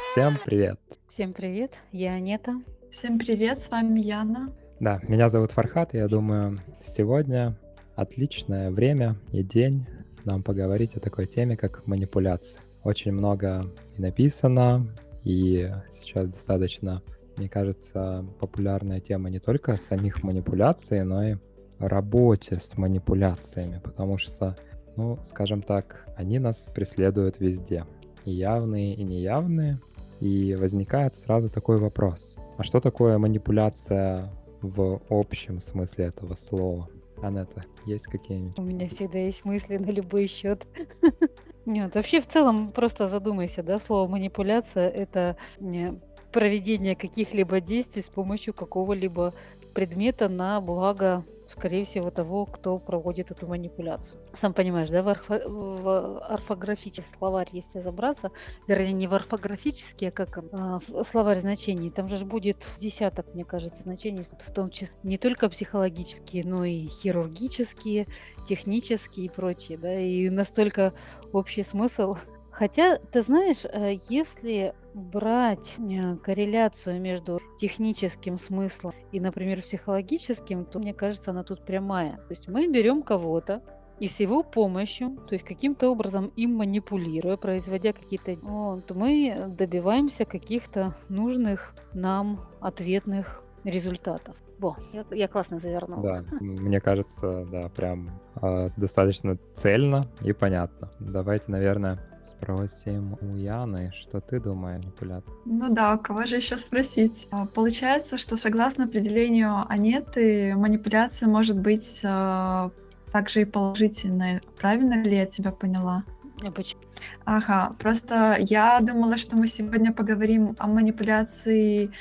Всем привет! Всем привет, я Анета. Всем привет, с вами Яна. Да, меня зовут Фархат, и я думаю, сегодня отличное время и день нам поговорить о такой теме, как манипуляция. Очень много и написано, и сейчас достаточно, мне кажется, популярная тема не только самих манипуляций, но и работе с манипуляциями, потому что, ну, скажем так, они нас преследуют везде, и явные, и неявные. И возникает сразу такой вопрос: а что такое манипуляция в общем смысле этого слова? Анетта, есть какие-нибудь? У меня всегда есть мысли на любой счет. Нет, вообще в целом просто задумайся, да, слово манипуляция это проведение каких-либо действий с помощью какого-либо предмета на благо, скорее всего, того, кто проводит эту манипуляцию. Сам понимаешь, да, в орфографический словарь, если разобраться, вернее, не в орфографический, а как он, в словарь значений, там же ж будет десяток, мне кажется, значений, в том числе не только психологические, но и хирургические, технические и прочие, да, и настолько общий смысл. Хотя, ты знаешь, если брать корреляцию между техническим смыслом и, например, психологическим, то, мне кажется, она тут прямая. То есть мы берем кого-то и с его помощью, то есть каким-то образом им манипулируя, производя какие-то, вот, мы добиваемся каких-то нужных нам ответных результатов. Во, я классно завернула. Да, мне кажется, да, прям достаточно цельно и понятно. Давайте, наверное, спросим у Яны, что ты думаешь о манипуляции? Ну да, у кого же еще спросить? Получается, что согласно определению Анеты, манипуляция может быть также и положительной. Правильно ли я тебя поняла? А почему? Ага, просто я думала, что мы сегодня поговорим о манипуляции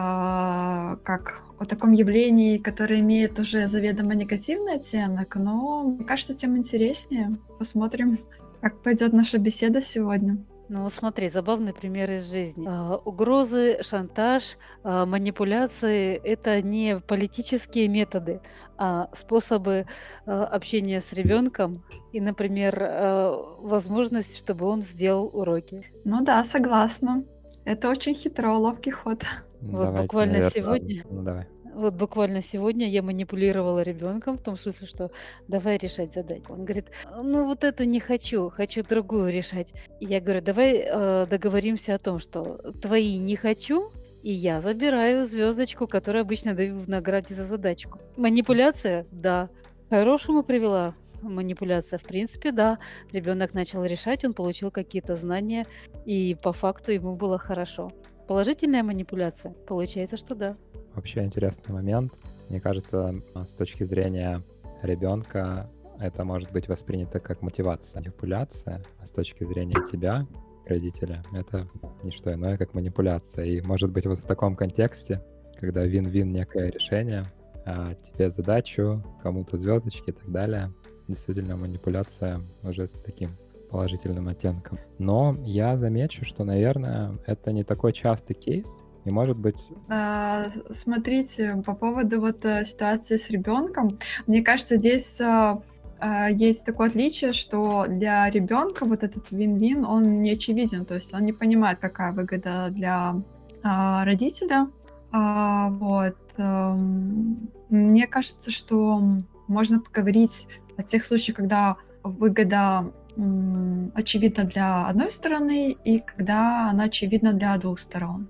как о таком явлении, которое имеет уже заведомо негативный оттенок, но мне кажется, тем интереснее. Посмотрим, как пойдет наша беседа сегодня. Ну, вот смотри, забавный пример из жизни. Угрозы, шантаж, манипуляции– это не политические методы, а способы общения с ребенком и, например, возможность, чтобы он сделал уроки. Ну да, согласна. Это очень хитро, ловкий ход. Вот Давайте, буквально наверное, сегодня ну давай. Вот буквально сегодня я манипулировала ребенком в том смысле, что давай решать задачу. Он говорит, ну вот эту не хочу, хочу другую решать. И я говорю, давай договоримся о том, что твои не хочу, и я забираю звездочку, которую обычно даю в награде за задачку. Манипуляция? Да. К хорошему привела манипуляция? В принципе, да. Ребенок начал решать, он получил какие-то знания, и по факту ему было хорошо. Положительная манипуляция? Получается, что да. Вообще интересный момент. Мне кажется, с точки зрения ребенка это может быть воспринято как мотивация, манипуляция, а с точки зрения тебя, родителя, это не что иное, как манипуляция. И может быть вот в таком контексте, когда вин-вин некое решение, а тебе задачу, кому-то звездочки и так далее, действительно манипуляция уже с таким положительным оттенком. Но я замечу, что, наверное, это не такой частый кейс, и может быть. Смотрите, по поводу вот ситуации с ребенком, мне кажется, здесь есть такое отличие, что для ребенка вот этот вин-вин, он не очевиден, то есть он не понимает, какая выгода для родителя. Мне кажется, что можно поговорить о тех случаях, когда выгода очевидна для одной стороны и когда она очевидна для двух сторон.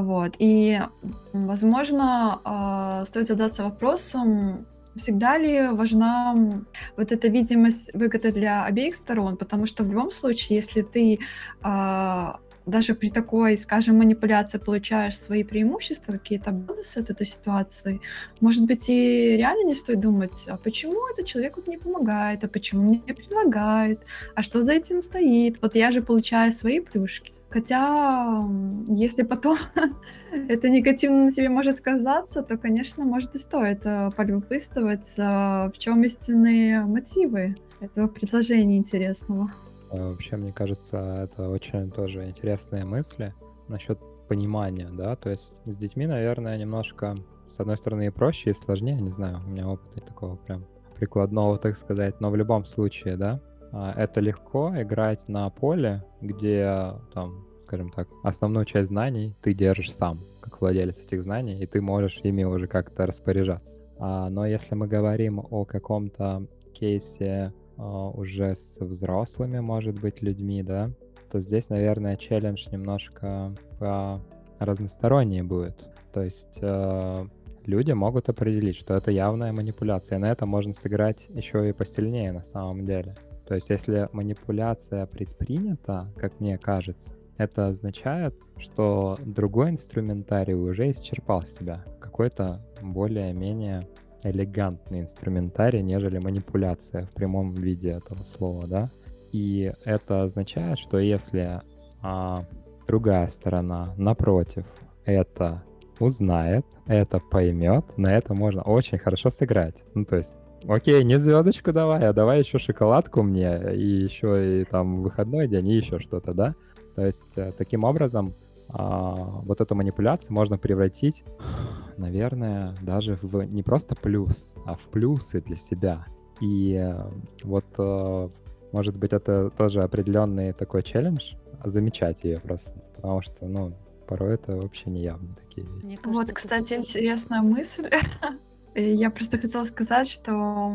Возможно, стоит задаться вопросом, всегда ли важна вот эта видимость выгоды для обеих сторон, потому что в любом случае, если ты даже при такой, скажем, манипуляции получаешь свои преимущества, какие-то бонусы от этой ситуации, может быть, и реально не стоит думать, а почему этот человек вот не помогает, а почему мне предлагает, а что за этим стоит, вот я же получаю свои плюшки. Хотя, если потом это негативно на тебе может сказаться, то, конечно, может и стоит полюбопытствовать, в чем истинные мотивы этого предложения интересного. Вообще, мне кажется, это очень тоже интересные мысли насчет понимания, да, то есть с детьми, наверное, немножко, с одной стороны, и проще, и сложнее, не знаю, у меня опыта такого прям прикладного, так сказать, но в любом случае, да, это легко играть на поле, где там, скажем так, основную часть знаний ты держишь сам, как владелец этих знаний, и ты можешь ими уже как-то распоряжаться. Но если мы говорим о каком-то кейсе уже с взрослыми, может быть, людьми, да, то здесь, наверное, челлендж немножко разносторонний будет. То есть люди могут определить, что это явная манипуляция, и на это можно сыграть еще и посильнее на самом деле. То есть если манипуляция предпринята, как мне кажется, это означает, что другой инструментарий уже исчерпал себя. Какой-то более-менее элегантный инструментарий, нежели манипуляция в прямом виде этого слова, да? И это означает, что если другая сторона, напротив, это узнает, это поймет, на это можно очень хорошо сыграть. Ну, то есть, окей, не звездочку давай, а давай еще шоколадку мне, и еще и там выходной день, и еще что-то, да? То есть, таким образом, вот эту манипуляцию можно превратить, наверное, даже в не просто плюс, а в плюсы для себя. И вот, может быть, это тоже определенный такой челлендж, замечать ее просто, потому что, ну, порой это вообще неявно такие вещи. Мне Вот, кажется, это кстати, тоже... интересная мысль. Я просто хотела сказать, что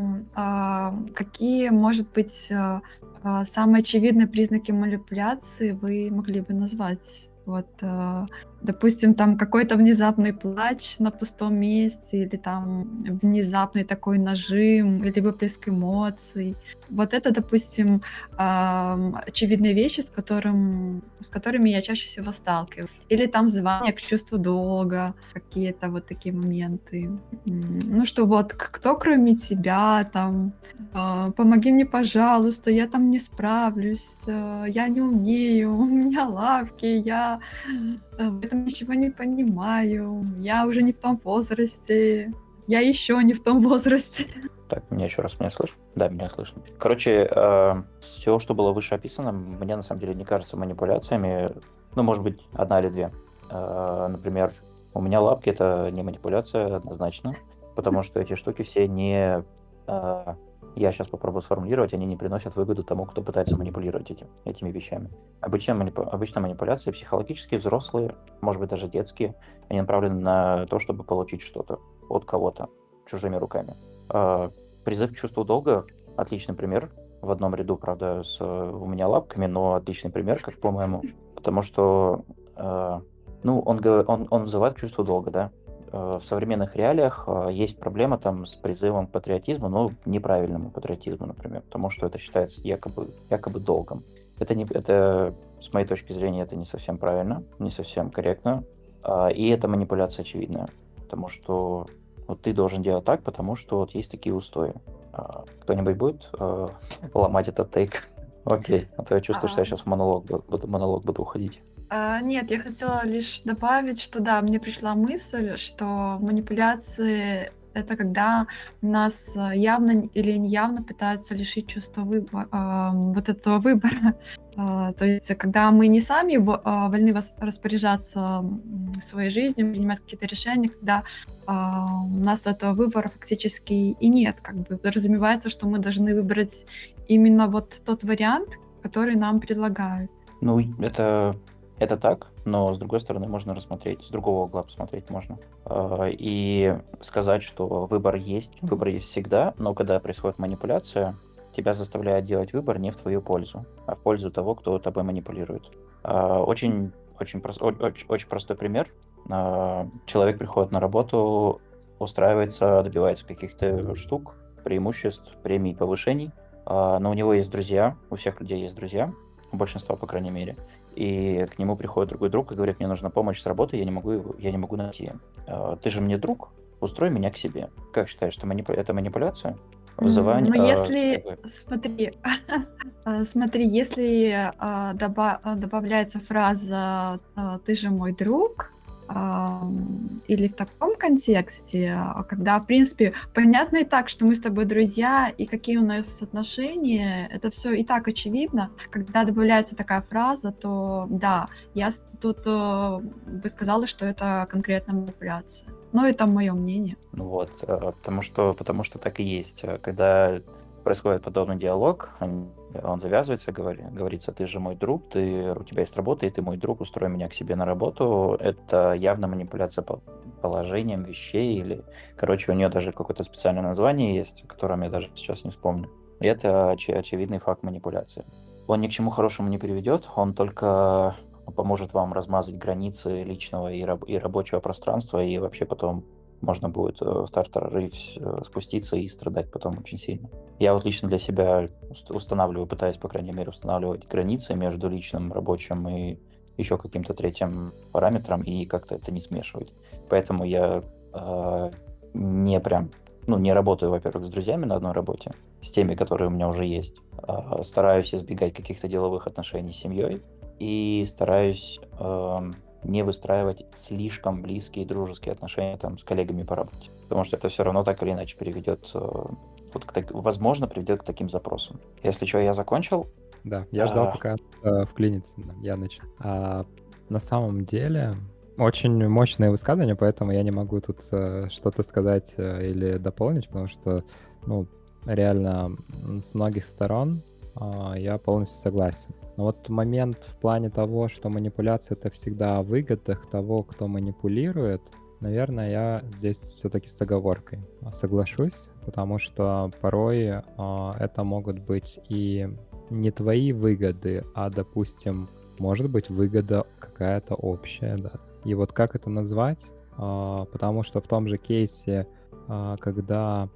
какие, может быть, самые очевидные признаки манипуляции вы могли бы назвать? Вот, допустим, там какой-то внезапный плач на пустом месте, или там внезапный такой нажим, или выплеск эмоций. Вот это, допустим, очевидные вещи, с которыми я чаще всего сталкиваюсь. Или там взывание к чувству долга, какие-то вот такие моменты. Ну что вот, кто кроме тебя, там, помоги мне, пожалуйста, я там не справлюсь, я не умею, у меня лапки, я в этом ничего не понимаю, я уже не в том возрасте, я еще не в том возрасте. Так, меня еще раз, меня слышно? Да, меня слышно. Короче, все, что было выше описано, мне на самом деле не кажется манипуляциями. Ну, может быть, одна или две. Например, у меня лапки — это не манипуляция однозначно, потому что эти штуки все не... Я сейчас попробую сформулировать, они не приносят выгоду тому, кто пытается манипулировать этими вещами. Обычно манипуляции психологические, взрослые, может быть, даже детские, они направлены на то, чтобы получить что-то от кого-то чужими руками. Призыв к чувству долга — отличный пример. В одном ряду, правда, с у меня лапками, но отличный пример, как по-моему. Потому что он взывает к чувству долга, да. В современных реалиях есть проблема там с призывом к патриотизму, но неправильному патриотизму, например, потому что это считается якобы долгом. Это, с моей точки зрения, это не совсем правильно, не совсем корректно, и это манипуляция очевидная, потому что вот ты должен делать так, потому что вот есть такие устои. Кто-нибудь будет ломать этот тейк? Окей, а то я чувствую, что я сейчас в монолог буду уходить. Нет, я хотела лишь добавить, что да, мне пришла мысль, что манипуляции — это когда нас явно или неявно пытаются лишить чувства вот этого выбора. То есть, когда мы не сами вольны распоряжаться своей жизнью, принимать какие-то решения, когда у нас этого выбора фактически и нет. Как бы подразумевается, что мы должны выбрать именно вот тот вариант, который нам предлагают. Ну, это так, но с другой стороны можно рассмотреть, с другого угла посмотреть можно. И сказать, что выбор есть всегда, но когда происходит манипуляция, тебя заставляют делать выбор не в твою пользу, а в пользу того, кто тобой манипулирует. Очень простой пример. Человек приходит на работу, устраивается, добивается каких-то штук, преимуществ, премий, повышений, но у него есть друзья, у всех людей есть друзья, у большинства, по крайней мере, и к нему приходит другой друг и говорит: мне нужна помощь с работой, я не могу найти. Ты же мне друг, устрой меня к себе. Как считаешь, это манипуляция? Вызывание? Ну, если, смотри, если добавляется фраза «ты же мой друг», или в таком контексте, когда, в принципе, понятно и так, что мы с тобой друзья, и какие у нас отношения, это все и так очевидно. Когда добавляется такая фраза, то да, я тут бы сказала, что это конкретная манипуляция. Но это мое мнение. Ну вот, потому что так и есть. Когда происходит подобный диалог, он завязывается, говорится, ты же мой друг, у тебя есть работа, и ты мой друг, устрой меня к себе на работу. Это явно манипуляция положением вещей, или, короче, у нее даже какое-то специальное название есть, о котором я даже сейчас не вспомню. И это очевидный факт манипуляции. Он ни к чему хорошему не приведет, он только поможет вам размазать границы личного и рабочего пространства, и вообще потом можно будет в тартарары спуститься и страдать потом очень сильно. Я вот лично для себя пытаюсь, по крайней мере, устанавливать границы между личным, рабочим и еще каким-то третьим параметром, и как-то это не смешивать. Поэтому я не прям, не работаю, во-первых, с друзьями на одной работе, с теми, которые у меня уже есть. Стараюсь избегать каких-то деловых отношений с семьей и стараюсь не выстраивать слишком близкие дружеские отношения там с коллегами по работе. Потому что это все равно так или иначе приведет, возможно, приведет к таким запросам. Если что, я закончил. Да, я ждал, пока вклинится Яныч. На самом деле, очень мощное высказывание, поэтому я не могу тут что-то сказать или дополнить, потому что, реально с многих сторон я полностью согласен. Но вот момент в плане того, что манипуляция — это всегда о выгодах того, кто манипулирует, наверное, я здесь все-таки с оговоркой соглашусь, потому что порой это могут быть и не твои выгоды, а, допустим, может быть выгода какая-то общая, да. И вот как это назвать? Потому что в том же кейсе, когда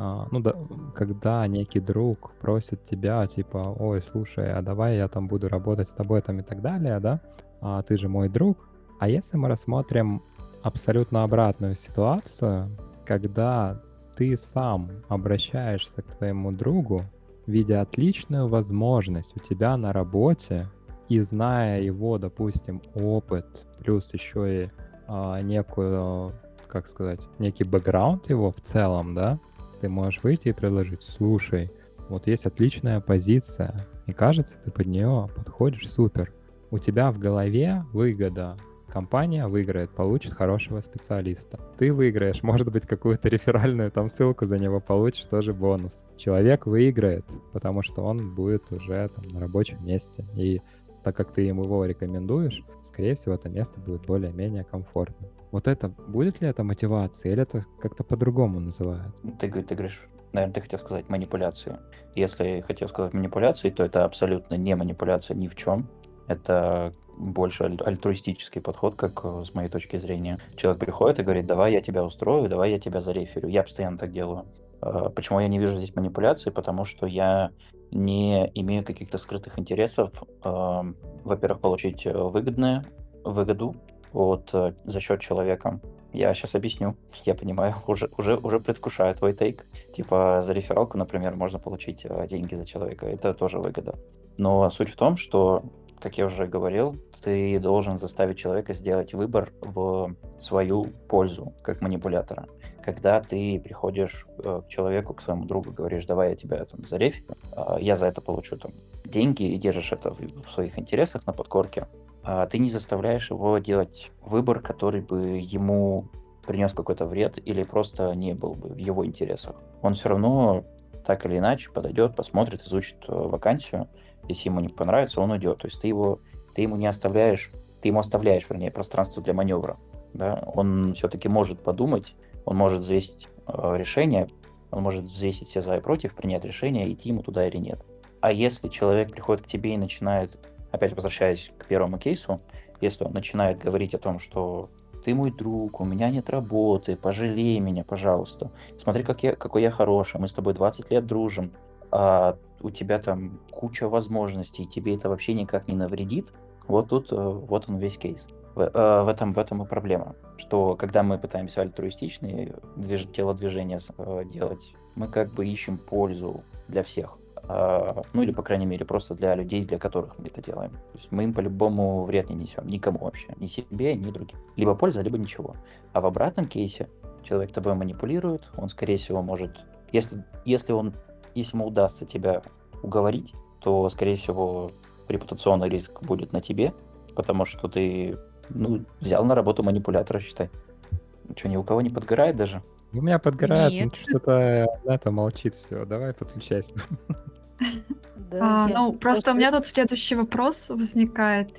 некий друг просит тебя, типа, ой, слушай, а давай я там буду работать с тобой там и так далее, да, ты же мой друг. А если мы рассмотрим абсолютно обратную ситуацию, когда ты сам обращаешься к твоему другу, видя отличную возможность у тебя на работе, и зная его, допустим, опыт, плюс еще и некую, как сказать, некий бэкграунд его в целом, да, ты можешь выйти и предложить: слушай, вот есть отличная позиция, и кажется, ты под нее подходишь супер. У тебя в голове выгода. Компания выиграет, получит хорошего специалиста. Ты выиграешь, может быть, какую-то реферальную там ссылку за него получишь, тоже бонус. Человек выиграет, потому что он будет уже там на рабочем месте. И так как ты ему его рекомендуешь, скорее всего, это место будет более-менее комфортным. Вот это, будет ли это мотивация, или это как-то по-другому называется? Ты говоришь, наверное, ты хотел сказать манипуляции. Если хотел сказать манипуляции, то это абсолютно не манипуляция ни в чем. Это больше альтруистический подход, как с моей точки зрения. Человек приходит и говорит: давай я тебя устрою, давай я тебя зареферю. Я постоянно так делаю. Почему я не вижу здесь манипуляции? Потому что я не имею каких-то скрытых интересов. Во-первых, получить выгоду за счет человека. Я сейчас объясню. Я понимаю, уже предвкушаю твой тейк. Типа за рефералку, например, можно получить деньги за человека. Это тоже выгода. Но суть в том, что, как я уже говорил, ты должен заставить человека сделать выбор в свою пользу, как манипулятора. Когда ты приходишь к человеку, к своему другу, говоришь: давай я тебя там зареферю, я за это получу там деньги, и держишь это в своих интересах на подкорке, ты не заставляешь его делать выбор, который бы ему принес какой-то вред или просто не был бы в его интересах. Он все равно так или иначе подойдет, посмотрит, изучит вакансию. Если ему не понравится, он уйдет. То есть ты ему оставляешь пространство для маневра. Да? Он все-таки может подумать, он может взвесить решение, он может взвесить все за и против, принять решение, идти ему туда или нет. А если человек приходит к тебе и начинает, опять возвращаясь к первому кейсу, если он начинает говорить о том, что ты мой друг, у меня нет работы, пожалей меня, пожалуйста. Смотри, какой я хороший, мы с тобой 20 лет дружим, а у тебя там куча возможностей, тебе это вообще никак не навредит. Вот тут, вот он весь кейс. В этом и проблема, что когда мы пытаемся альтруистичные телодвижения делать, мы как бы ищем пользу для всех. Или, по крайней мере, просто для людей, для которых мы это делаем. То есть мы им по-любому вред не несем, никому вообще, ни себе, ни другим. Либо польза, либо ничего. А в обратном кейсе человек тобой манипулирует, он, скорее всего, может... Если ему удастся тебя уговорить, то, скорее всего, репутационный риск будет на тебе, потому что ты, взял на работу манипулятора, считай. Что, ни у кого не подгорает даже? У меня подгорает, Нет, что-то это молчит все. Давай подключайся. да, я Ну, просто у просто меня тут следующий вопрос возникает.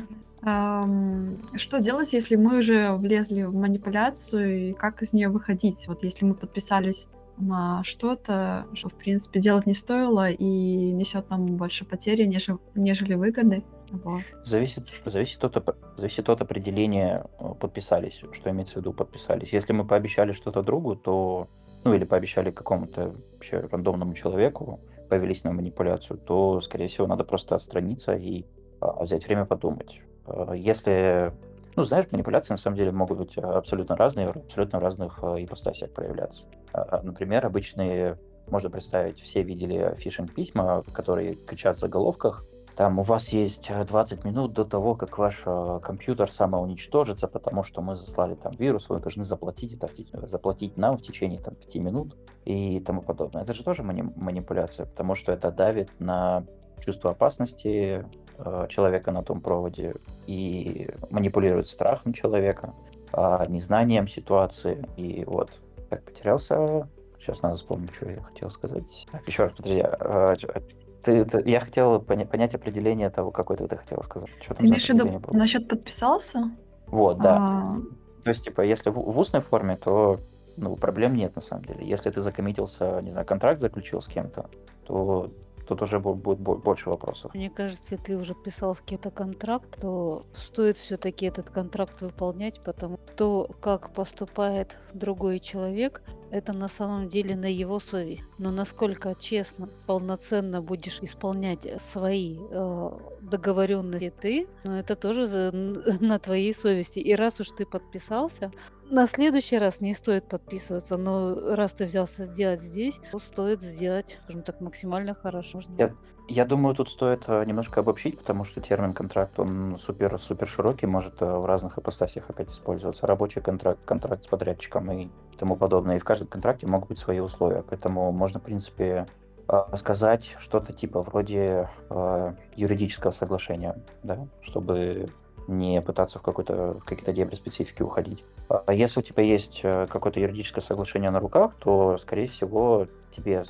Что делать, если мы уже влезли в манипуляцию, и как из нее выходить? Вот если мы подписались на что-то, что, в принципе, делать не стоило и несет нам больше потери, нежели выгоды. Вот. Зависит от определения подписались, что имеется в виду подписались. Если мы пообещали что-то другу, то, ну или пообещали какому-то вообще рандомному человеку, повелись на манипуляцию, то, скорее всего, надо просто отстраниться и взять время подумать. Если, ну, знаешь, манипуляции на самом деле могут быть абсолютно разные, абсолютно в разных ипостасях проявляться. Например, обычные, можно представить, все видели фишинг-письма, которые кричат в заголовках, там у вас есть 20 минут до того, как ваш компьютер самоуничтожится, потому что мы заслали там вирус, вы должны заплатить нам в течение там, 5 минут и тому подобное. Это же тоже манипуляция, потому что это давит на чувство опасности человека на том проводе и манипулирует страхом человека, незнанием ситуации. И вот, так потерялся. Сейчас надо вспомнить, что я хотел сказать. Так, еще раз, подожди. Я хотел понять определение того, какой ты хотела сказать. Что Ты там за имеешь в виду определение было? насчет подписался? Вот, да. А, То есть, типа, если в устной форме, то ну, проблем нет на самом деле. Если ты закоммитился, не знаю, контракт заключил с кем-то, то тут уже будет больше вопросов. мне кажется, если ты уже писал с кем-то контракт, то стоит все-таки этот контракт выполнять, потому что то, как поступает другой человек, это на самом деле на его совесть. Но насколько честно, полноценно будешь исполнять свои договоренности ты, ну это тоже на твоей совести. И раз уж ты подписался, на следующий раз не стоит подписываться, но раз ты взялся сделать здесь, то стоит сделать, скажем так, максимально хорошо. Я думаю, тут стоит немножко обобщить, потому что термин контракт, он супер широкий, может в разных ипостасях опять использоваться. Рабочий контракт, контракт с подрядчиком и тому подобное. И в каждом контракте могут быть свои условия. Поэтому можно, в принципе, сказать что-то типа вроде юридического соглашения, да, чтобы не пытаться в какие-то дебри специфики уходить. А если у тебя есть какое-то юридическое соглашение на руках, то, скорее всего, тебе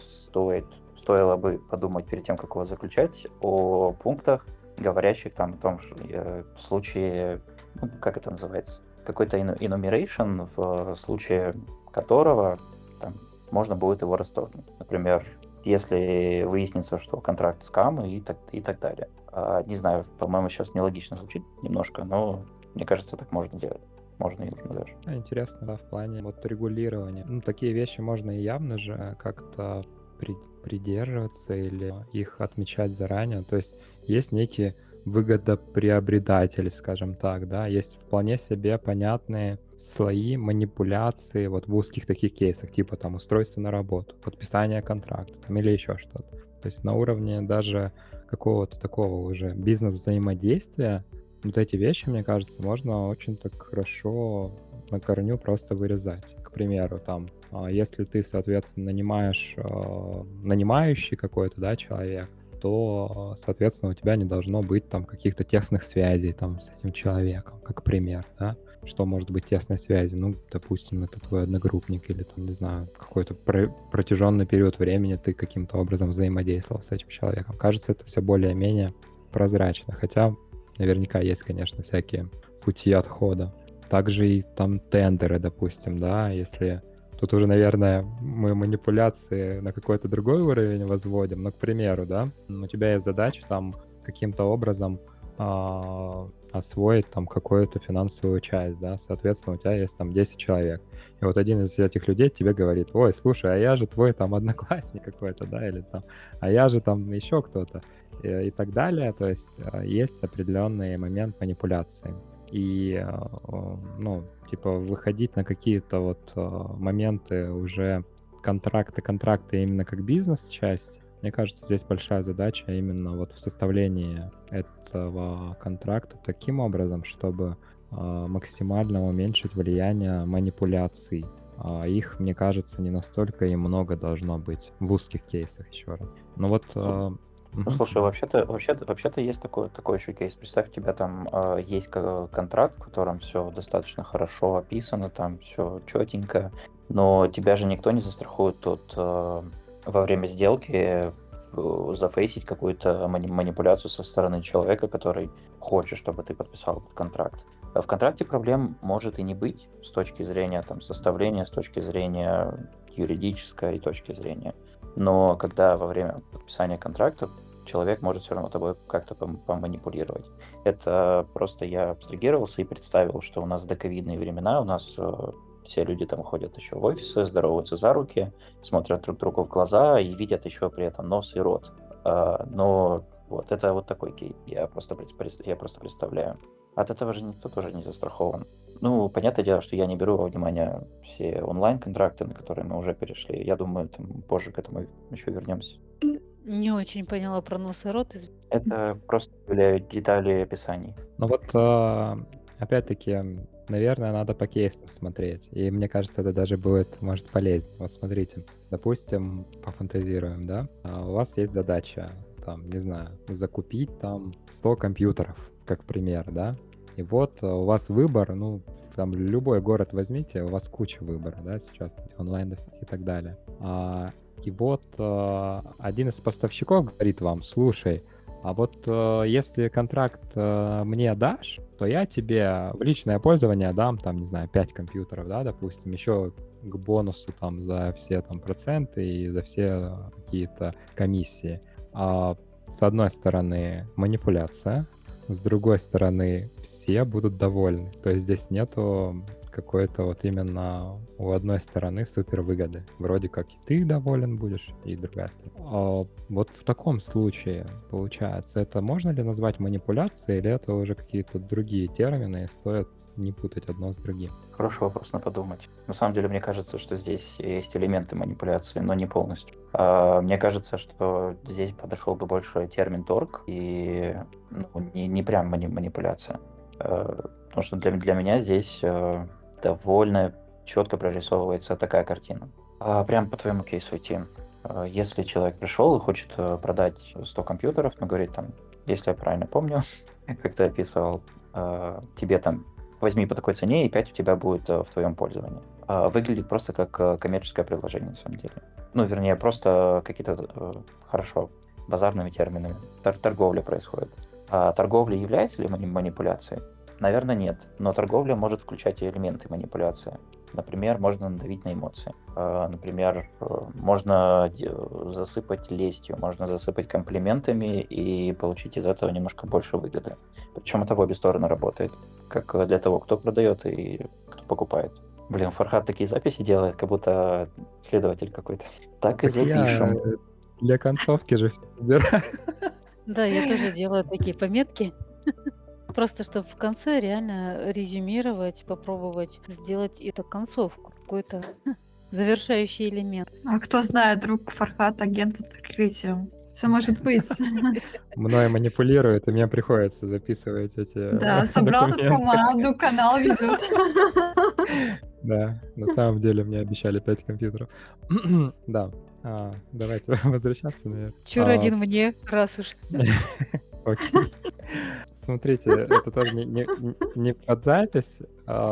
стоило бы подумать перед тем, как его заключать, о пунктах, говорящих там о том, что в случае, ну, как это называется, какой-то enumeration, в случае которого там, можно будет его расторгнуть. Например, если выяснится, что контракт скам и так далее. Не знаю, по-моему, сейчас нелогично звучит немножко, но мне кажется, так можно делать. Можно и нужно даже. Интересно, да, в плане вот регулирования. Ну, такие вещи можно и явно же как-то придерживаться или их отмечать заранее. То есть есть некие выгодоприобретатели, скажем так, да, есть вполне себе понятные слои манипуляции вот в узких таких кейсах, типа там устройство на работу, подписание контракта там, или еще что-то. То есть на уровне даже какого-то такого уже бизнес-взаимодействия вот эти вещи, мне кажется, можно очень так хорошо на корню просто вырезать. К примеру, там, если ты, соответственно, нанимающий какой-то, да, человек, то, соответственно, у тебя не должно быть там каких-то тесных связей там с этим человеком, как пример, да. Что может быть тесной связи? Ну, допустим, это твой одногруппник или там, не знаю, какой-то протяженный период времени ты каким-то образом взаимодействовал с этим человеком. Кажется, это все более-менее прозрачно, хотя наверняка есть, конечно, всякие пути отхода. Также и там тендеры, допустим, да, если... Тут уже, наверное, мы манипуляции на какой-то другой уровень возводим. Но, к примеру, да, у тебя есть задача там каким-то образом освоить там какую-то финансовую часть, да, соответственно, у тебя есть там 10 человек. И вот один из этих людей тебе говорит: ой, слушай, а я же твой там одноклассник какой-то, да, или там, а я же там еще кто-то, и так далее. То есть есть определенный момент манипуляции. И, ну, типа, выходить на какие-то вот моменты уже контракты именно как бизнес-часть, мне кажется, здесь большая задача именно вот в составлении этого контракта таким образом, чтобы максимально уменьшить влияние манипуляций. Их, мне кажется, не настолько и много должно быть в узких кейсах, еще раз. Ну вот... Ну, слушай, вообще-то есть такой еще кейс. Представь, у тебя там есть контракт, в котором все достаточно хорошо описано, там все четенько, Но тебя же никто не застрахует тут во время сделки зафейсить какую-то манипуляцию со стороны человека, который хочет, чтобы ты подписал этот контракт. В контракте проблем может и не быть с точки зрения там, составления, с точки зрения юридической точки зрения. Но когда во время подписания контракта человек может все равно тобой как-то поманипулировать. Это просто я абстрагировался и представил, что у нас доковидные времена, у нас все люди там ходят еще в офисы, здороваются за руки, смотрят друг другу в глаза и видят еще при этом нос и рот. Но вот это вот такой кейс, я просто представляю. От этого же никто тоже не застрахован. Ну, понятное дело, что я не беру во внимание все онлайн-контракты, на которые мы уже перешли. Я думаю, там позже к этому еще вернемся. Не очень поняла про нос и рот. Это просто являются детали описаний. Ну вот, опять-таки, наверное, надо по кейсам смотреть. И мне кажется, это даже будет, может, полезнее. Вот смотрите, допустим, пофантазируем, да? У вас есть задача, там, не знаю, закупить там 100 компьютеров, как пример, да? И вот у вас выбор, ну, там любой город возьмите, у вас куча выбора, да, сейчас онлайн и так далее. И вот один из поставщиков говорит вам, слушай, а вот если контракт мне дашь, то я тебе в личное пользование дам, там, не знаю, 5 компьютеров, да, допустим, еще к бонусу там за все там проценты и за все какие-то комиссии. С одной стороны, манипуляция, с другой стороны, все будут довольны. То есть здесь нету какой-то вот именно у одной стороны супер выгоды. Вроде как и ты доволен будешь, и другая сторона. Вот в таком случае, получается, это можно ли назвать манипуляцией, или это уже какие-то другие термины, и стоит не путать одно с другим? Хороший вопрос на подумать. На самом деле, мне кажется, что здесь есть элементы манипуляции, но не полностью. Мне кажется, что здесь подошел бы больше термин торг, и не прям манипуляция. Потому что для меня здесь довольно четко прорисовывается такая картина. Прям по твоему кейсу идти. Если человек пришел и хочет продать 100 компьютеров, но говорит там, если я правильно помню, как ты описывал, тебе там возьми по такой цене, и 5 у тебя будет в твоем пользовании. Выглядит просто как коммерческое предложение, на самом деле. Ну, вернее, просто какие-то, хорошо, базарными терминами. Торговля происходит. Торговля является ли манипуляцией? Наверное, нет. Но торговля может включать и элементы манипуляции. Например, можно надавить на эмоции. Например, можно засыпать лестью, можно засыпать комплиментами и получить из этого немножко больше выгоды. Причем это в обе стороны работает. Как для того, кто продает и кто покупает. Блин, Фархад такие записи делает, как будто следователь какой-то. Так и запишем. Для концовки же все собираю. Да, я тоже делаю такие пометки. Просто чтобы в конце реально резюмировать, попробовать сделать эту концовку, какой-то завершающий элемент. А кто знает, вдруг Фархад агент под прикрытием. Все может быть. Мною манипулирует, и мне приходится записывать эти Да, собрал тут документы. команду, канал ведет. Да, на самом деле мне обещали 5 компьютеров. Да, давайте возвращаться, наверное. Чур один мне, раз уж. Окей. Смотрите, это тоже не под запись.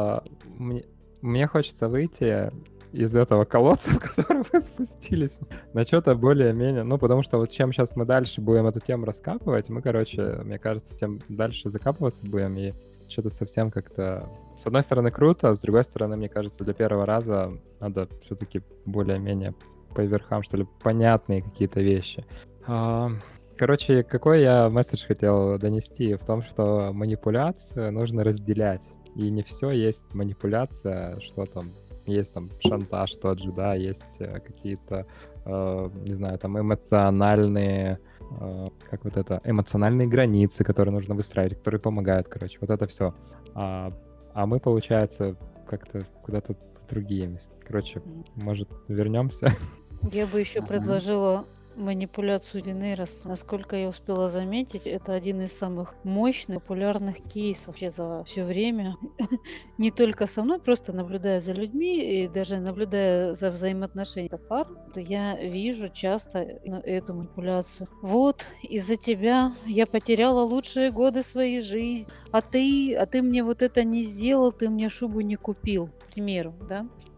Мне хочется выйти из этого колодца, в который вы спустились, на что-то более-менее. Ну, потому что вот чем сейчас мы дальше будем эту тему раскапывать, мы, короче, мне кажется, тем дальше закапываться будем, и что-то совсем как-то... С одной стороны, круто, а с другой стороны, мне кажется, для первого раза надо все-таки более-менее по верхам, что ли, понятные какие-то вещи. Короче, какой я месседж хотел донести? В том, что манипуляцию нужно разделять. И не все есть манипуляция, что там есть там шантаж тот же, да, есть какие-то, не знаю, там эмоциональные, как вот это, эмоциональные границы, которые нужно выстраивать, которые помогают, короче, вот это все. А мы, получается, как-то куда-то в другие места. Короче, может, вернемся? Я бы еще предложила манипуляцию вины, раз, насколько я успела заметить, это один из самых мощных, популярных кейсов вообще за все время. Не только со мной, просто наблюдая за людьми и даже наблюдая за взаимоотношениями пар, то я вижу часто эту манипуляцию. Вот, из-за тебя я потеряла лучшие годы своей жизни, а ты мне вот это не сделал, ты мне шубу не купил, к примеру, да?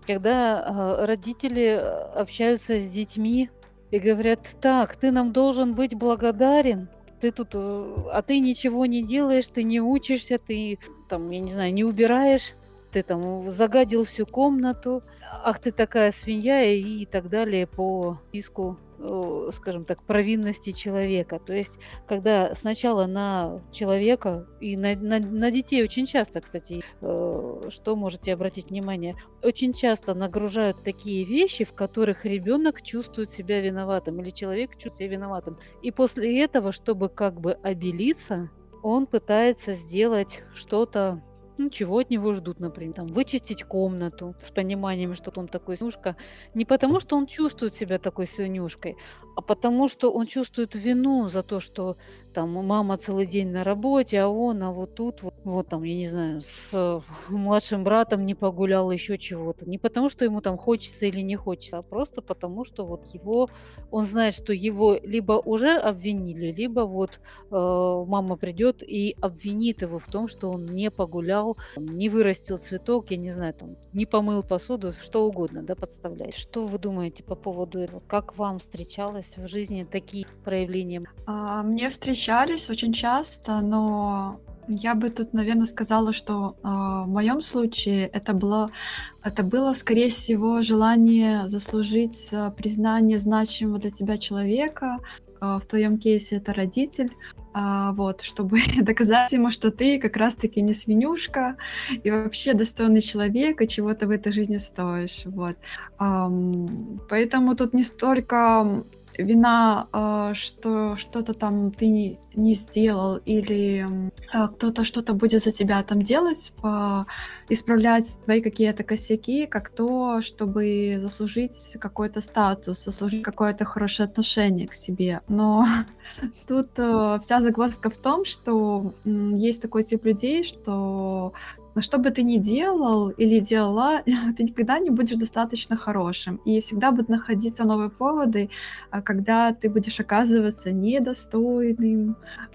Когда родители общаются с детьми и говорят: так, ты нам должен быть благодарен, ты тут, а ты ничего не делаешь, ты не учишься, ты там, я не знаю, не убираешь, ты там загадил всю комнату, ах ты такая свинья и так далее по списку, скажем так, провинности человека. То есть, когда сначала на человека и на детей очень часто, кстати, что можете обратить внимание, очень часто нагружают такие вещи, в которых ребенок чувствует себя виноватым или человек чувствует себя виноватым. И после этого, чтобы как бы обелиться, он пытается сделать что-то, ну, чего от него ждут, например, там, вычистить комнату с пониманием, что он такой свинюшка. Не потому, что он чувствует себя такой свинюшкой, а потому, что он чувствует вину за то, что там мама целый день на работе, а вот тут вот там, я не знаю, с младшим братом не погулял, еще чего-то. Не потому, что ему там хочется или не хочется, а просто потому, что вот он знает, что его либо уже обвинили, либо вот мама придет и обвинит его в том, что он не погулял, не вырастил цветок, я не знаю, там, не помыл посуду, что угодно, да, подставляет. Что вы думаете по поводу этого? Как вам встречалось в жизни такие проявления? Мне встречались очень часто, но я бы тут, наверное, сказала, что в моем случае это было, скорее всего, желание заслужить признание значимого для тебя человека. В твоем кейсе это родитель. Вот, чтобы доказать ему, что ты как раз-таки не свинюшка и вообще достойный человек, и чего-то в этой жизни стоишь. Вот. Поэтому тут не столько вина, что что-то там ты не сделал, или кто-то что-то будет за тебя там делать, исправлять твои какие-то косяки, как то, чтобы заслужить какой-то статус, заслужить какое-то хорошее отношение к себе. Но тут вся загвоздка в том, что есть такой тип людей, что что бы ты ни делал или делала, ты никогда не будешь достаточно хорошим. И всегда будут находиться новые поводы, когда ты будешь оказываться недостойным,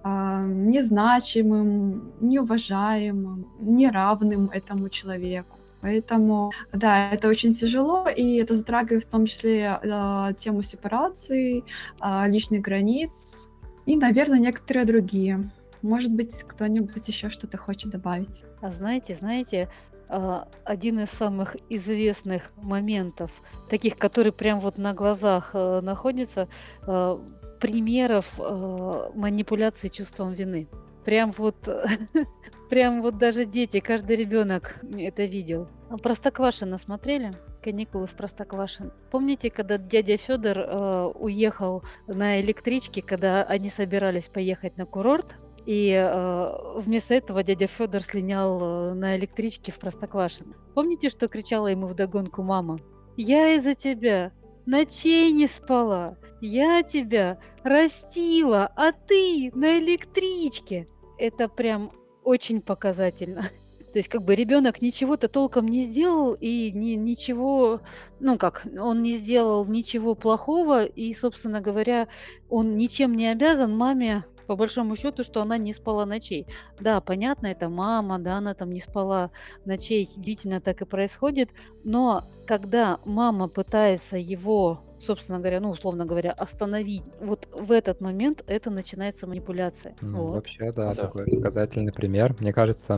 незначимым, неуважаемым, неравным этому человеку. Поэтому, да, это очень тяжело, и это затрагивает в том числе тему сепарации, личных границ и, наверное, некоторые другие. Может быть, кто-нибудь еще что-то хочет добавить? А знаете, один из самых известных моментов, таких, который прям вот на глазах находится, примеров манипуляции чувством вины. Прям вот, прям вот даже дети, каждый ребенок это видел. Простоквашино смотрели? Каникулы в Простоквашино. Помните, когда дядя Федор уехал на электричке, когда они собирались поехать на курорт? И вместо этого дядя Федор слинял на электричке в Простоквашино. Помните, что кричала ему вдогонку мама? «Я из-за тебя ночей не спала, я тебя растила, а ты на электричке». Это прям очень показательно. То есть как бы ребенок ничего-то толком не сделал и ничего, ну как, он не сделал ничего плохого, и, собственно говоря, он ничем не обязан маме, по большому счету, что она не спала ночей. Да, понятно, это мама, да, она там не спала ночей, действительно так и происходит, но когда мама пытается его, собственно говоря, ну, условно говоря, остановить, вот в этот момент это начинается манипуляция. Ну, Вот. вообще, да, Да. такой показательный пример. Мне кажется,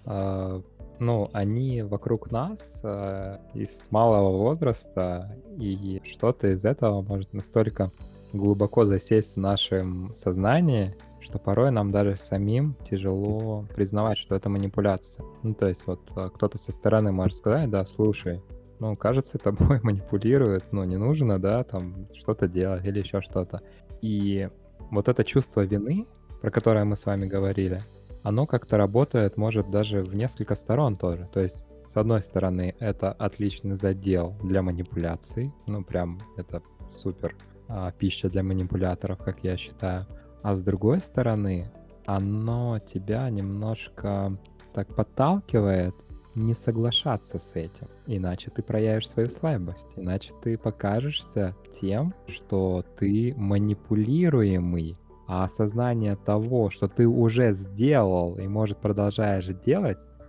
ну, они вокруг нас из малого возраста, и что-то из этого может настолько глубоко засесть в нашем сознании, что порой нам даже самим тяжело признавать, что это манипуляция. Ну, то есть вот кто-то со стороны может сказать, да, слушай, ну, кажется, тобой манипулируют, ну, не нужно, да, там что-то делать или еще что-то. И вот это чувство вины, про которое мы с вами говорили, оно как-то работает, может, даже в несколько сторон тоже. То есть, с одной стороны, это отличный задел для манипуляций, ну, прям это супер пища для манипуляторов, как я считаю. А с другой стороны, оно тебя немножко так подталкивает не соглашаться с этим. Иначе ты проявишь свою слабость. Иначе ты покажешься тем, что ты манипулируемый. А осознание того, что ты уже сделал и, может, продолжаешь делать,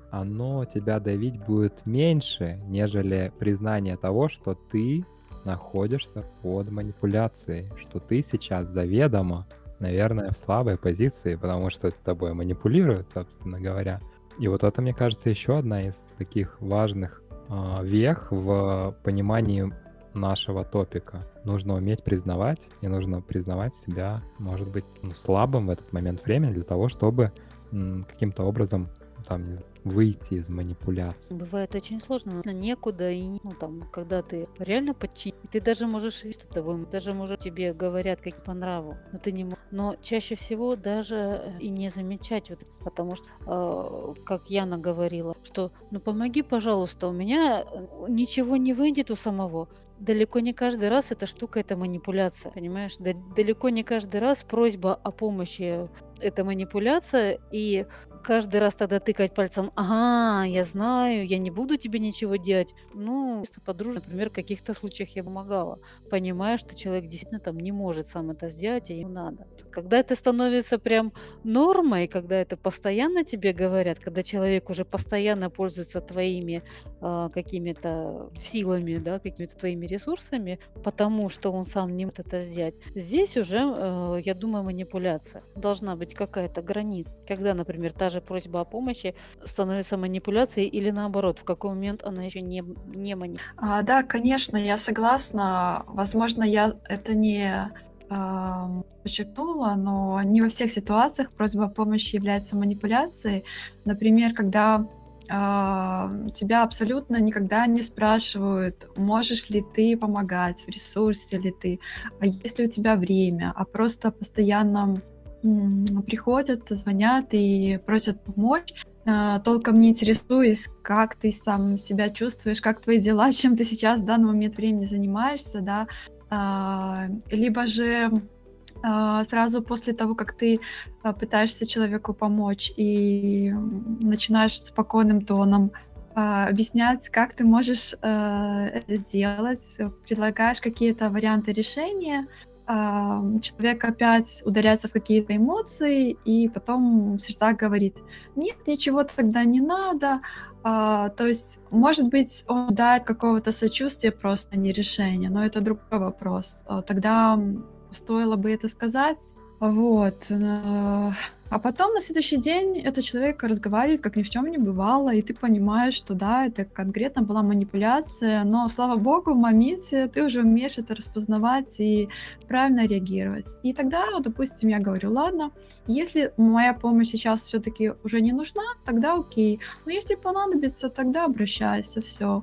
оно тебя давить будет меньше, нежели признание того, что ты находишься под манипуляцией, что ты сейчас заведомо, наверное, в слабой позиции, потому что с тобой манипулируют, собственно говоря. И вот это, мне кажется, еще одна из таких важных вех в понимании нашего топика. Нужно уметь признавать, и нужно признавать себя, может быть, слабым в этот момент времени для того, чтобы каким-то образом там не знаю, выйти из манипуляции. Бывает очень сложно, некуда, и ну там, когда ты реально подчинен, ты даже можешь и что-то даже может тебе говорят как по нраву, но ты не можешь. Но чаще всего даже и не замечать вот это, потому что, как Яна говорила, что ну помоги, пожалуйста, у меня ничего не выйдет у самого. Далеко не каждый раз эта штука это манипуляция, понимаешь? Далеко не каждый раз просьба о помощи это манипуляция, и каждый раз тогда тыкать пальцем, ага, я знаю, я не буду тебе ничего делать. Ну, чисто по-дружбе, например, в каких-то случаях я помогала, понимая, что человек действительно там не может сам это сделать, и ему надо. Когда это становится прям нормой, когда это постоянно тебе говорят, когда человек уже постоянно пользуется твоими какими-то силами, да, какими-то твоими ресурсами, потому что он сам не может это сделать. Здесь уже, я думаю, манипуляция. Должна быть какая-то граница. Когда, например, та же просьба о помощи становится манипуляцией или наоборот, в какой момент она еще не манипуляция. Да, конечно, я согласна. Возможно, я это не подчеркнула, но не во всех ситуациях просьба о помощи является манипуляцией. Например, когда тебя абсолютно никогда не спрашивают, можешь ли ты помогать, в ресурсе ли ты, есть ли у тебя время, а просто постоянно приходят, звонят и просят помочь. Толком не интересуясь, как ты сам себя чувствуешь, как твои дела, чем ты сейчас в данный момент времени занимаешься, да. Либо же сразу после того, как ты пытаешься человеку помочь и начинаешь спокойным тоном объяснять, как ты можешь это сделать, предлагаешь какие-то варианты решения, человек опять ударяется в какие-то эмоции и потом в сердцах говорит: «Нет, ничего тогда не надо». То есть, может быть, он дает какого-то сочувствия, просто не решения, но это другой вопрос. Тогда стоило бы это сказать. Вот. А потом на следующий день этот человек разговаривает, как ни в чем не бывало, и ты понимаешь, что да, это конкретно была манипуляция, но, слава богу, в моменте ты уже умеешь это распознавать и правильно реагировать. И тогда, допустим, я говорю: ладно, если моя помощь сейчас все-таки уже не нужна, тогда окей. Но если понадобится, тогда обращайся, все.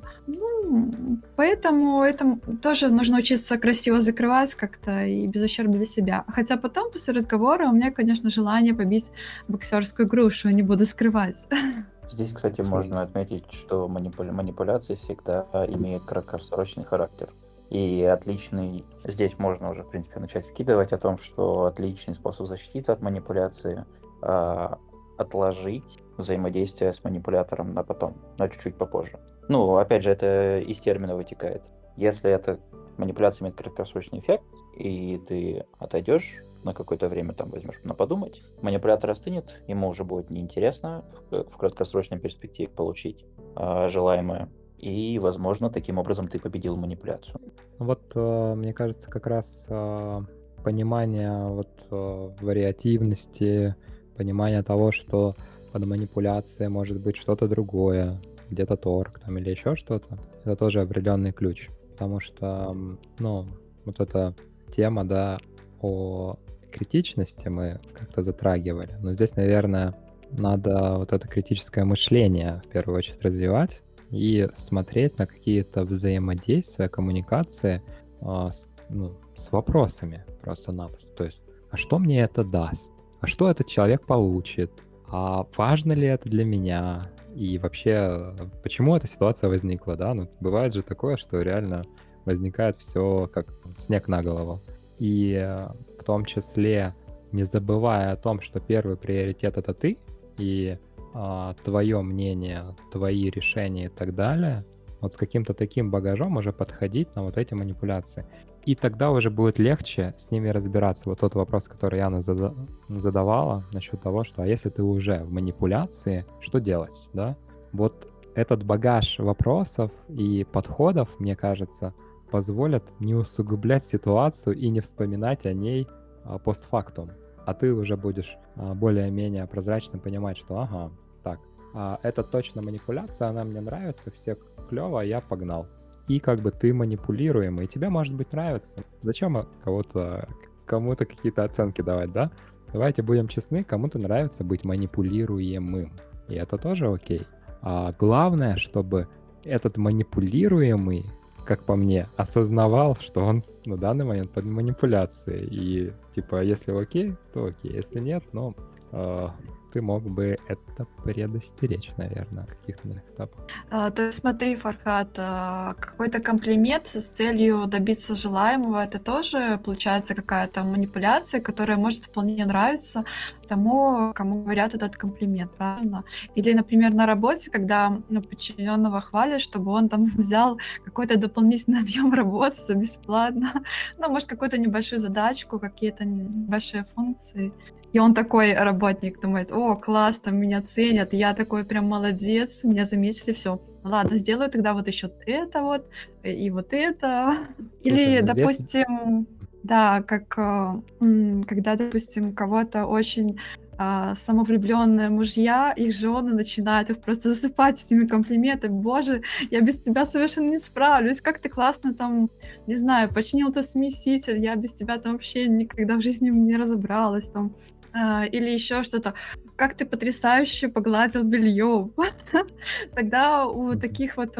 Поэтому это тоже нужно учиться красиво закрывать как-то и без ущерба для себя. Хотя потом, после разговора, у меня, конечно, желание побить боксерскую грушу, не буду скрывать. Здесь, кстати, можно отметить, что манипуляции всегда имеют краткосрочный характер. И отличный, здесь можно уже, в принципе, начать вкидывать о том, что отличный способ защититься от манипуляции отложить взаимодействие с манипулятором на потом, но чуть-чуть попозже. Ну, опять же, это из термина вытекает. Если эта манипуляция имеет краткосрочный эффект, и ты отойдешь на какое-то время, там возьмешь на подумать, манипулятор остынет, ему уже будет неинтересно в краткосрочной перспективе получить желаемое, и, возможно, таким образом ты победил манипуляцию. Вот, мне кажется, как раз понимание вариативности, понимание того, что под манипуляцией может быть что-то другое, где-то торг там или еще что-то, это тоже определенный ключ. Потому что, вот эта тема, да, о критичности мы как-то затрагивали. Но здесь, наверное, надо вот это критическое мышление в первую очередь развивать и смотреть на какие-то взаимодействия, коммуникации с вопросами просто-напросто. То есть, а что мне это даст? А что этот человек получит? А важно ли это для меня? И вообще, почему эта ситуация возникла, да? Ну, бывает же такое, что реально возникает все как снег на голову. И в том числе не забывая о том, что первый приоритет — это ты, и твое мнение, твои решения и так далее, вот с каким-то таким багажом уже подходить на вот эти манипуляции. И тогда уже будет легче с ними разбираться. Вот тот вопрос, который Яна задавала насчет того, что а если ты уже в манипуляции, что делать, да? Вот этот багаж вопросов и подходов, мне кажется, позволят не усугублять ситуацию и не вспоминать о ней постфактум. А ты уже будешь более-менее прозрачно понимать, что ага, так, это точно манипуляция, она мне нравится, все клево, я погнал. И как бы ты манипулируемый, и тебе, может быть, нравится. Зачем кому-то какие-то оценки давать, да? Давайте будем честны, кому-то нравится быть манипулируемым. И это тоже окей. А главное, чтобы этот манипулируемый, как по мне, осознавал, что он на данный момент под манипуляцией. И типа, если окей, то окей. Если нет, ну, ты мог бы это предостеречь, наверное, на каких-то этапах. То есть смотри, Фархат, какой-то комплимент с целью добиться желаемого, это тоже получается какая-то манипуляция, которая может вполне нравиться тому, кому говорят этот комплимент, правильно? Или, например, на работе, когда подчиненного хвалят, чтобы он там взял какой-то дополнительный объем работы за бесплатно, ну, может, какую-то небольшую задачку, какие-то небольшие функции. И он такой работник думает: о, класс, там меня ценят, я такой прям молодец, меня заметили, все. Ладно, сделаю тогда вот еще это вот и вот это. Или, Слушай, ну здесь допустим, да, как когда, допустим, у кого-то очень самовлюбленные мужья, их жены начинают их просто засыпать этими комплиментами. Боже, я без тебя совершенно не справлюсь. Как ты классно там, не знаю, починил этот смеситель, я без тебя там вообще никогда в жизни не разобралась там. Или еще что-то. Как ты потрясающе погладил белье. Тогда у Мгм. таких вот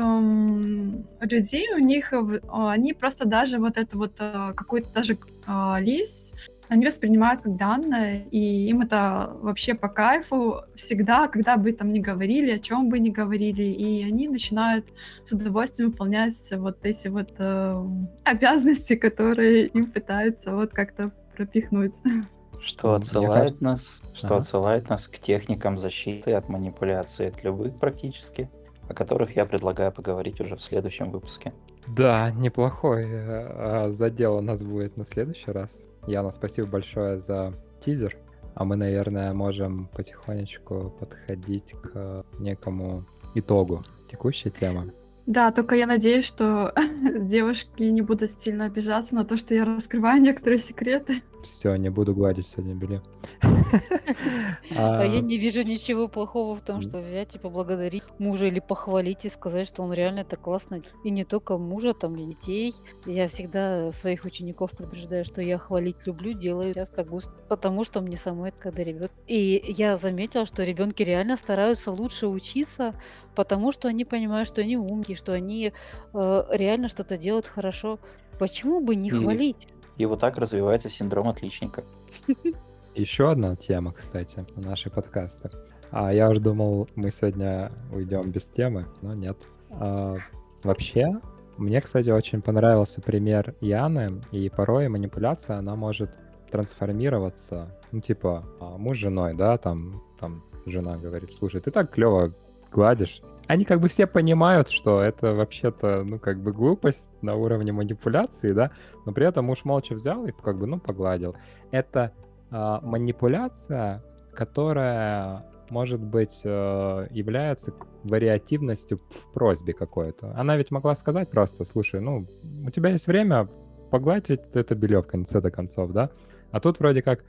людей, у них они просто даже вот это вот какую-то даже лист, они воспринимают как данное, и им это вообще по кайфу всегда, когда бы там ни говорили, о чем бы ни говорили, и они начинают с удовольствием выполнять вот эти вот обязанности, которые им пытаются вот как-то пропихнуть. Что Мне отсылает кажется, ага. отсылает нас к техникам защиты от манипуляций, от любых практически, о которых я предлагаю поговорить уже в следующем выпуске. Да, неплохой задел у нас будет на следующий раз. Яна, спасибо большое за тизер. А мы, наверное, можем потихонечку подходить к некому итогу текущей темы. Да, только я надеюсь, что девушки не будут сильно обижаться на то, что я раскрываю некоторые секреты. Все, не буду гладить сегодня белье. А я А, не вижу ничего плохого в том, м, что взять и поблагодарить мужа или похвалить и сказать, что он реально так классно. И не только мужа, там, и детей. Я всегда своих учеников предупреждаю, что я хвалить люблю, делаю часто густо, потому что мне самой это когда ребенок. И я заметила, что ребенки реально стараются лучше учиться, потому что они понимают, что они умники, что они реально что-то делают хорошо. Почему бы не И, хвалить? и вот так развивается синдром отличника. Еще одна тема, кстати, на нашей подкасты. Я уже думал, мы сегодня уйдем без темы, но нет. Вообще, мне, кстати, очень понравился пример Яны, и порой манипуляция, она может трансформироваться, ну, типа, муж с женой, да, там жена говорит: слушай, ты так клево гладишь. Они как бы все понимают, что это вообще-то, ну, как бы глупость на уровне манипуляции, да, но при этом муж молча взял и как бы, ну, погладил. Это манипуляция, которая, может быть, является вариативностью в просьбе какой-то. Она ведь могла сказать просто: слушай, ну, у тебя есть время погладить это белье в конце концов, да? А тут вроде как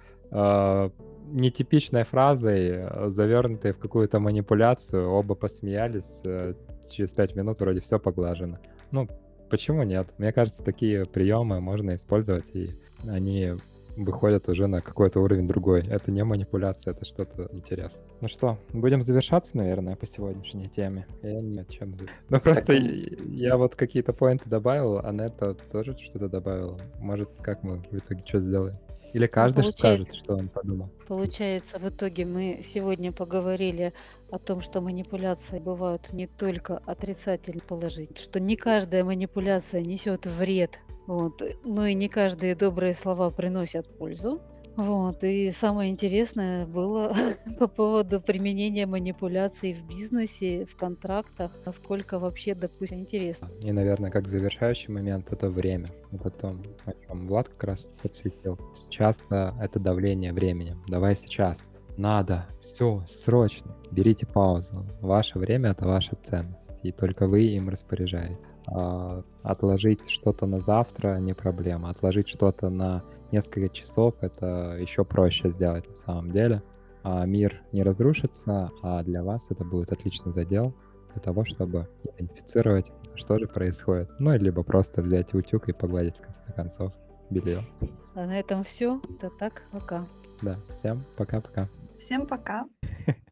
нетипичной фразой, завернутой в какую-то манипуляцию, оба посмеялись, через 5 минут вроде все поглажено. Ну, почему нет? Мне кажется, такие приемы можно использовать, и они выходят уже на какой-то уровень другой. Это не манипуляция, это что-то интересное. Ну что, будем завершаться, наверное, по сегодняшней теме. Я не знаю, чем. Ну просто я вот какие-то поинты добавил, а Нета тоже что-то добавила. Может, как мы в итоге что сделаем? Или каждый скажет, получается, что он подумал. Получается, в итоге мы сегодня поговорили о том, что манипуляции бывают не только отрицательно положительные, что не каждая манипуляция несет вред, вот, но и не каждые добрые слова приносят пользу. Вот, и самое интересное было по поводу применения манипуляций в бизнесе, в контрактах, насколько вообще, допустим, интересно. И, наверное, как завершающий момент — это время. И потом, о чем Влад как раз подсветил. Часто это давление временем. Давай сейчас. надо, все, срочно, берите паузу. Ваше время — это ваша ценность, и только вы им распоряжаетесь. Отложить что-то на завтра не проблема. Отложить что-то на несколько часов — это еще проще сделать на самом деле. Мир не разрушится, а для вас это будет отличный задел для того, чтобы идентифицировать, что же происходит. Ну, и либо просто взять утюг и погладить, в конце концов, белье. А на этом все. Это так, пока. Да, всем пока-пока. Всем пока.